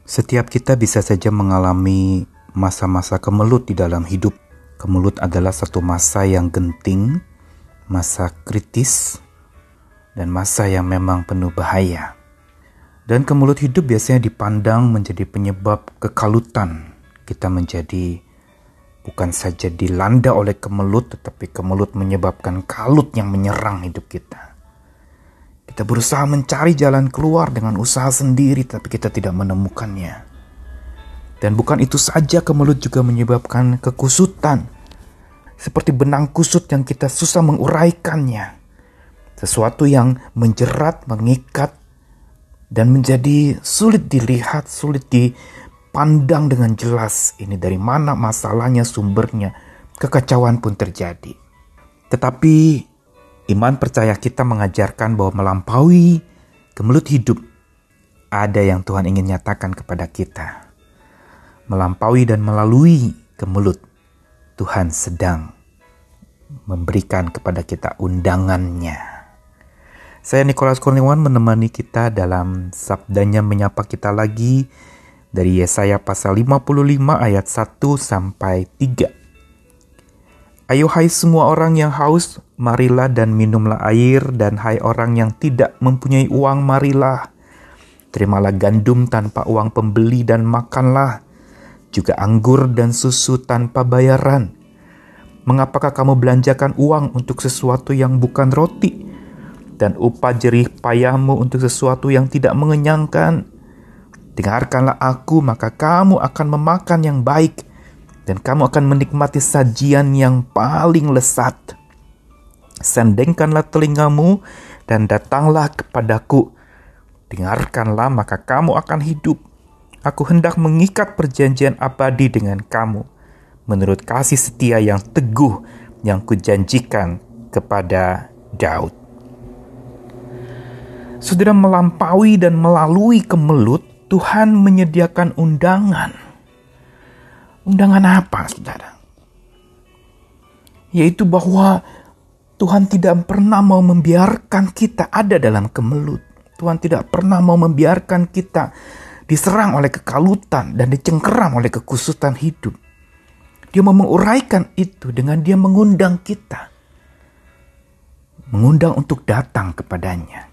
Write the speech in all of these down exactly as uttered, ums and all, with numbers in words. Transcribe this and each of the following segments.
Setiap kita bisa saja mengalami masa-masa kemelut di dalam hidup. Kemelut adalah satu masa yang genting, masa kritis, dan masa yang memang penuh bahaya. Dan kemelut hidup biasanya dipandang menjadi penyebab kekalutan. Kita menjadi bukan saja dilanda oleh kemelut, tetapi kemelut menyebabkan kalut yang menyerang hidup kita. Kita berusaha mencari jalan keluar dengan usaha sendiri, tapi kita tidak menemukannya. Dan bukan itu saja, kemelut juga menyebabkan kekusutan. Seperti benang kusut yang kita susah menguraikannya. Sesuatu yang menjerat, mengikat, dan menjadi sulit dilihat, sulit dipandang dengan jelas. Ini dari mana masalahnya, sumbernya. Kekacauan pun terjadi. Tetapi iman percaya kita mengajarkan bahwa melampaui kemelut hidup, ada yang Tuhan ingin nyatakan kepada kita. Melampaui dan melalui kemelut, Tuhan sedang memberikan kepada kita undangannya. Saya Nikolas Kurniawan menemani kita dalam sabdanya menyapa kita lagi dari Yesaya pasal lima puluh lima ayat satu sampai tiga. Ayo hai semua orang yang haus, marilah dan minumlah air, dan hai orang yang tidak mempunyai uang, marilah. Terimalah gandum tanpa uang pembeli dan makanlah, juga anggur dan susu tanpa bayaran. Mengapakah kamu belanjakan uang untuk sesuatu yang bukan roti, dan upah jerih payahmu untuk sesuatu yang tidak mengenyangkan? Dengarkanlah aku, maka kamu akan memakan yang baik, dan kamu akan menikmati sajian yang paling lesat. Sendengkanlah telingamu dan datanglah kepadaku. Dengarkanlah, maka kamu akan hidup. Aku hendak mengikat perjanjian abadi dengan kamu, menurut kasih setia yang teguh yang kujanjikan kepada Daud. Saudara, melampaui dan melalui kemelut, Tuhan menyediakan undangan. Undangan apa, saudara? Yaitu bahwa Tuhan tidak pernah mau membiarkan kita ada dalam kemelut. Tuhan tidak pernah mau membiarkan kita diserang oleh kekalutan dan dicengkeram oleh kekusutan hidup. Dia mau menguraikan itu dengan dia mengundang kita. Mengundang untuk datang kepadanya.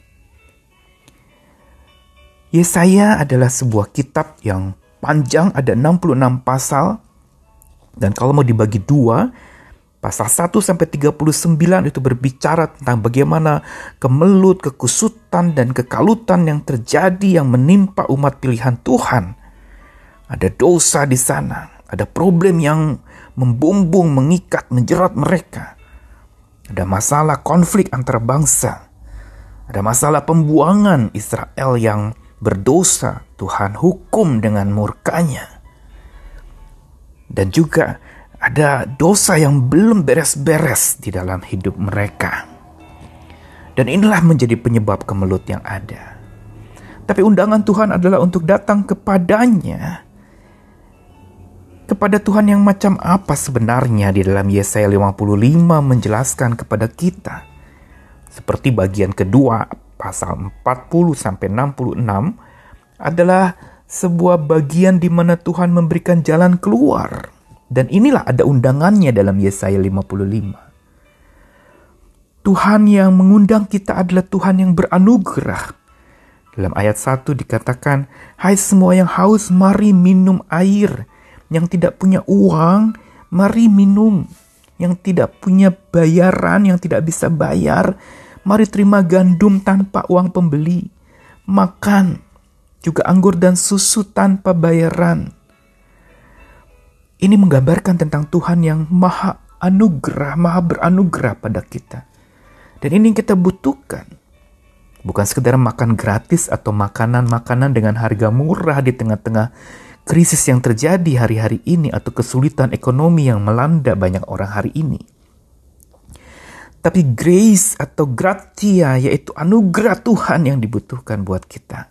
Yesaya adalah sebuah kitab yang panjang, ada enam puluh enam pasal. Dan kalau mau dibagi dua, pasal satu sampai tiga puluh sembilan itu berbicara tentang bagaimana kemelut, kekusutan, dan kekalutan yang terjadi yang menimpa umat pilihan Tuhan. Ada dosa di sana, ada problem yang membumbung, mengikat, menjerat mereka. Ada masalah konflik antara bangsa. Ada masalah pembuangan Israel yang berdosa, Tuhan hukum dengan murkanya. Dan juga ada dosa yang belum beres-beres di dalam hidup mereka. Dan inilah menjadi penyebab kemelut yang ada. Tapi undangan Tuhan adalah untuk datang kepadanya. Kepada Tuhan yang macam apa sebenarnya di dalam Yesaya lima puluh lima menjelaskan kepada kita. Seperti bagian kedua pasal empat puluh sampai enam puluh enam adalah sebuah bagian di mana Tuhan memberikan jalan keluar. Dan inilah ada undangannya dalam Yesaya lima puluh lima. Tuhan yang mengundang kita adalah Tuhan yang beranugerah. Dalam ayat satu dikatakan, hai semua yang haus, mari minum air. Yang tidak punya uang, mari minum. Yang tidak punya bayaran, yang tidak bisa bayar, mari terima gandum tanpa uang pembeli. Makan, juga anggur dan susu tanpa bayaran. Ini menggambarkan tentang Tuhan yang maha anugerah, maha beranugerah pada kita. Dan ini yang kita butuhkan. Bukan sekedar makan gratis atau makanan-makanan dengan harga murah di tengah-tengah krisis yang terjadi hari-hari ini atau kesulitan ekonomi yang melanda banyak orang hari ini. Tapi grace atau gratia, yaitu anugerah Tuhan yang dibutuhkan buat kita.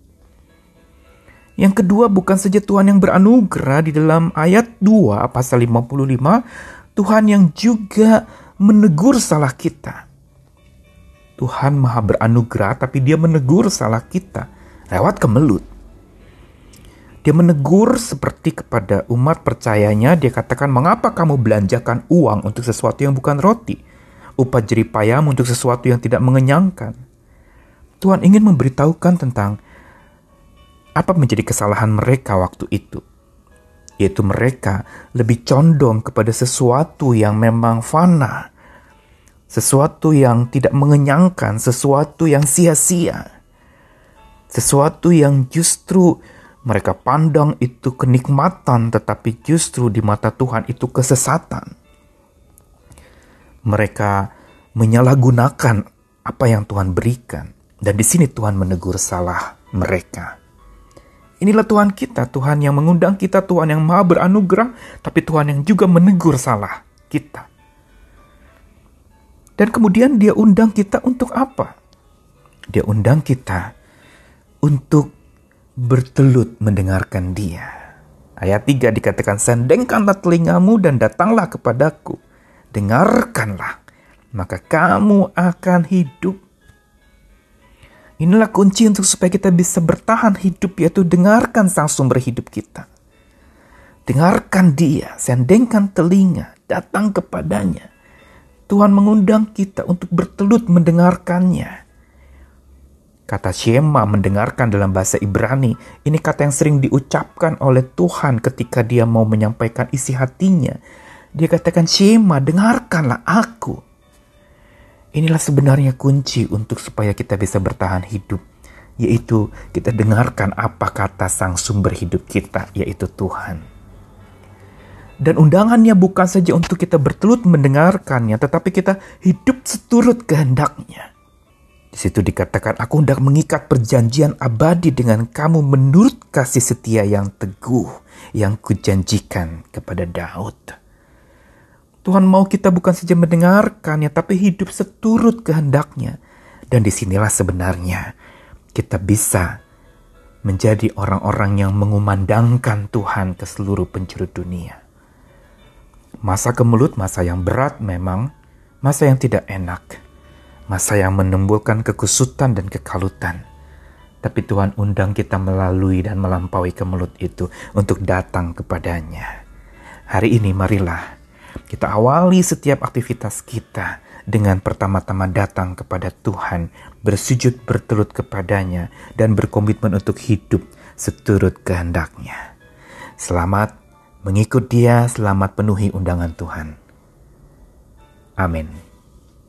Yang kedua, bukan saja Tuhan yang beranugerah di dalam ayat dua pasal lima puluh lima, Tuhan yang juga menegur salah kita. Tuhan maha beranugerah, tapi dia menegur salah kita lewat kemelut. Dia menegur seperti kepada umat percayanya. Dia katakan, mengapa kamu belanjakan uang untuk sesuatu yang bukan roti? Upah jeripayahmu untuk sesuatu yang tidak mengenyangkan. Tuhan ingin memberitahukan tentang apa menjadi kesalahan mereka waktu itu. Yaitu mereka lebih condong kepada sesuatu yang memang fana. Sesuatu yang tidak mengenyangkan, sesuatu yang sia-sia. Sesuatu yang justru mereka pandang itu kenikmatan, tetapi justru di mata Tuhan itu kesesatan. Mereka menyalahgunakan apa yang Tuhan berikan. Dan di sini Tuhan menegur salah mereka. Inilah Tuhan kita, Tuhan yang mengundang kita, Tuhan yang maha beranugerah, tapi Tuhan yang juga menegur salah kita. Dan kemudian dia undang kita untuk apa? Dia undang kita untuk bertelut mendengarkan dia. Ayat tiga dikatakan, sendengkanlah telingamu dan datanglah kepadaku. Dengarkanlah, maka kamu akan hidup. Inilah kunci untuk supaya kita bisa bertahan hidup, yaitu dengarkan sang sumber hidup kita. Dengarkan dia, sendengkan telinga, datang kepadanya. Tuhan mengundang kita untuk bertelut mendengarkannya. Kata Shema, mendengarkan dalam bahasa Ibrani, ini kata yang sering diucapkan oleh Tuhan ketika dia mau menyampaikan isi hatinya. Dia katakan, Shema, dengarkanlah aku. Inilah sebenarnya kunci untuk supaya kita bisa bertahan hidup, yaitu kita dengarkan apa kata sang sumber hidup kita, yaitu Tuhan. Dan undangannya bukan saja untuk kita bertelut mendengarkannya, tetapi kita hidup seturut kehendaknya. Di situ dikatakan, aku hendak mengikat perjanjian abadi dengan kamu menurut kasih setia yang teguh, yang kujanjikan kepada Daud. Tuhan mau kita bukan saja mendengarkannya, tapi hidup seturut kehendaknya. Dan disinilah sebenarnya kita bisa menjadi orang-orang yang mengumandangkan Tuhan ke seluruh penjuru dunia. Masa kemelut, masa yang berat memang, masa yang tidak enak, masa yang menimbulkan kekusutan dan kekalutan. Tapi Tuhan undang kita melalui dan melampaui kemelut itu untuk datang kepadanya. Hari ini marilah kita awali setiap aktivitas kita dengan pertama-tama datang kepada Tuhan, bersujud bertelut kepadanya, dan berkomitmen untuk hidup seturut kehendaknya. Selamat mengikut dia, selamat penuhi undangan Tuhan. Amin.